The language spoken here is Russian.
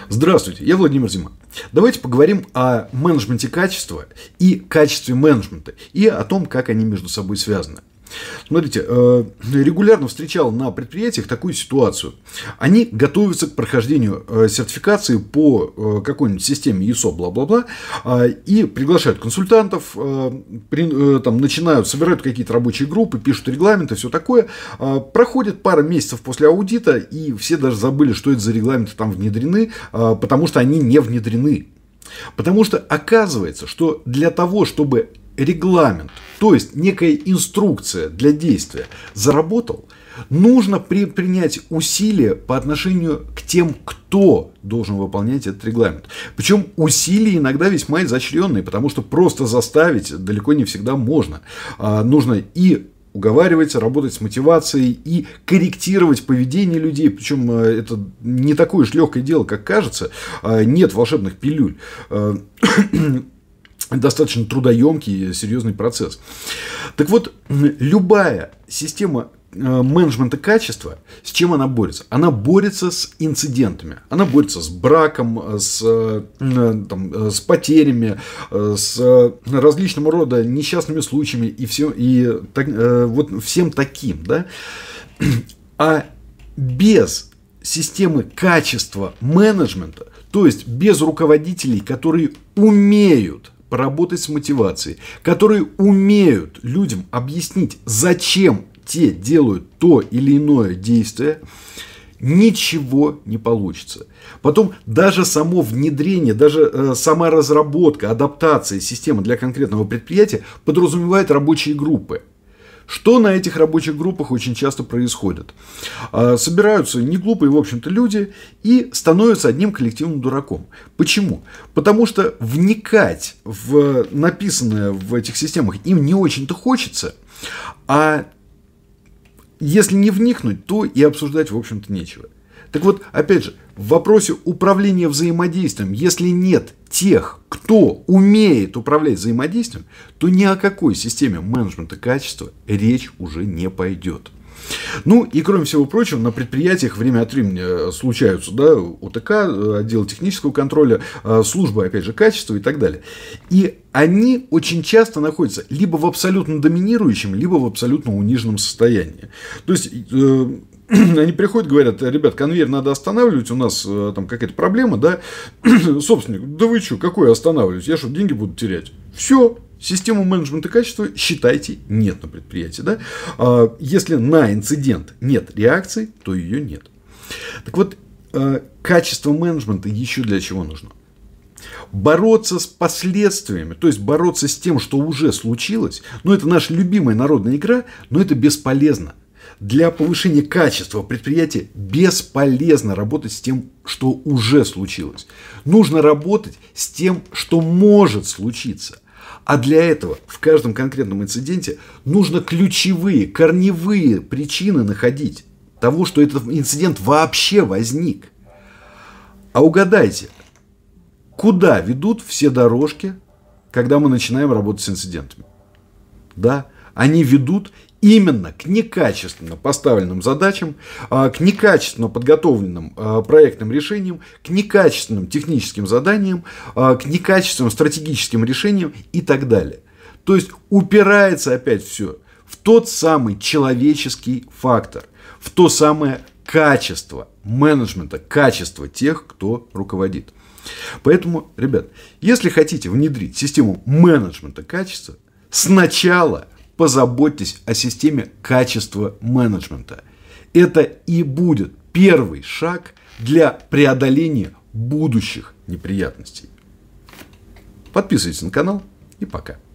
Здравствуйте, я Владимир Зима. Давайте поговорим о менеджменте качества и качестве менеджмента, и о том, как они между собой связаны. Смотрите, регулярно встречал на предприятиях такую ситуацию. Они готовятся к прохождению сертификации по какой-нибудь системе ISO, бла-бла-бла, и приглашают консультантов, там, начинают, собирают какие-то рабочие группы, пишут регламенты, все такое. Проходит пара месяцев после аудита, и все даже забыли, что это за регламенты там внедрены, потому что они не внедрены. Потому что оказывается, что для того, чтобы регламент, то есть некая инструкция для действия, заработал, нужно принять усилия по отношению к тем, кто должен выполнять этот регламент. Причем усилия иногда весьма изощренные, потому что просто заставить далеко не всегда можно. Нужно и уговаривать, работать с мотивацией и корректировать поведение людей. Причем это не такое уж легкое дело, как кажется. Нет волшебных пилюль. Достаточно трудоемкий и серьезный процесс. Так вот, любая система менеджмента качества, с чем она борется? Она борется с инцидентами, она борется с браком, с потерями, с различного рода несчастными случаями и всем таким. Да? А без системы качества менеджмента, то есть без руководителей, которые умеют поработать с мотивацией, которые умеют людям объяснить, зачем те делают то или иное действие, ничего не получится. Потом даже само внедрение, даже сама разработка, адаптация системы для конкретного предприятия подразумевает рабочие группы. Что на этих рабочих группах очень часто происходит? Собираются неглупые, в общем-то, люди и становятся одним коллективным дураком. Почему? Потому что вникать в написанное в этих системах им не очень-то хочется, а если не вникнуть, то и обсуждать, в общем-то, нечего. Так вот, опять же, в вопросе управления взаимодействием, если нет тех, кто умеет управлять взаимодействием, то ни о какой системе менеджмента качества речь уже не пойдет. Ну и кроме всего прочего, на предприятиях время от времени случаются ОТК, отдел технического контроля, службы, опять же, качества и так далее. И они очень часто находятся либо в абсолютно доминирующем, либо в абсолютно униженном состоянии. То есть они приходят, говорят: ребят, конвейер надо останавливать, у нас там какая-то проблема, да? Собственник: да вы что, какой останавливать? Я что, деньги буду терять? Все. Систему менеджмента качества, считайте, нет на предприятии. Да? Если на инцидент нет реакции, то ее нет. Так вот, качество менеджмента еще для чего нужно? Бороться с последствиями, то есть бороться с тем, что уже случилось. Это наша любимая народная игра, но это бесполезно. Для повышения качества предприятия бесполезно работать с тем, что уже случилось. Нужно работать с тем, что может случиться. А для этого в каждом конкретном инциденте нужно ключевые, корневые причины находить того, что этот инцидент вообще возник. А угадайте, куда ведут все дорожки, когда мы начинаем работать с инцидентами? Да, они ведут именно к некачественно поставленным задачам, к некачественно подготовленным проектным решениям, к некачественным техническим заданиям, к некачественным стратегическим решениям и так далее. То есть упирается опять все в тот самый человеческий фактор, в то самое качество менеджмента, качество тех, кто руководит. Поэтому, ребят, если хотите внедрить систему менеджмента качества, сначала позаботьтесь о системе качества менеджмента. Это и будет первый шаг для преодоления будущих неприятностей. Подписывайтесь на канал и пока.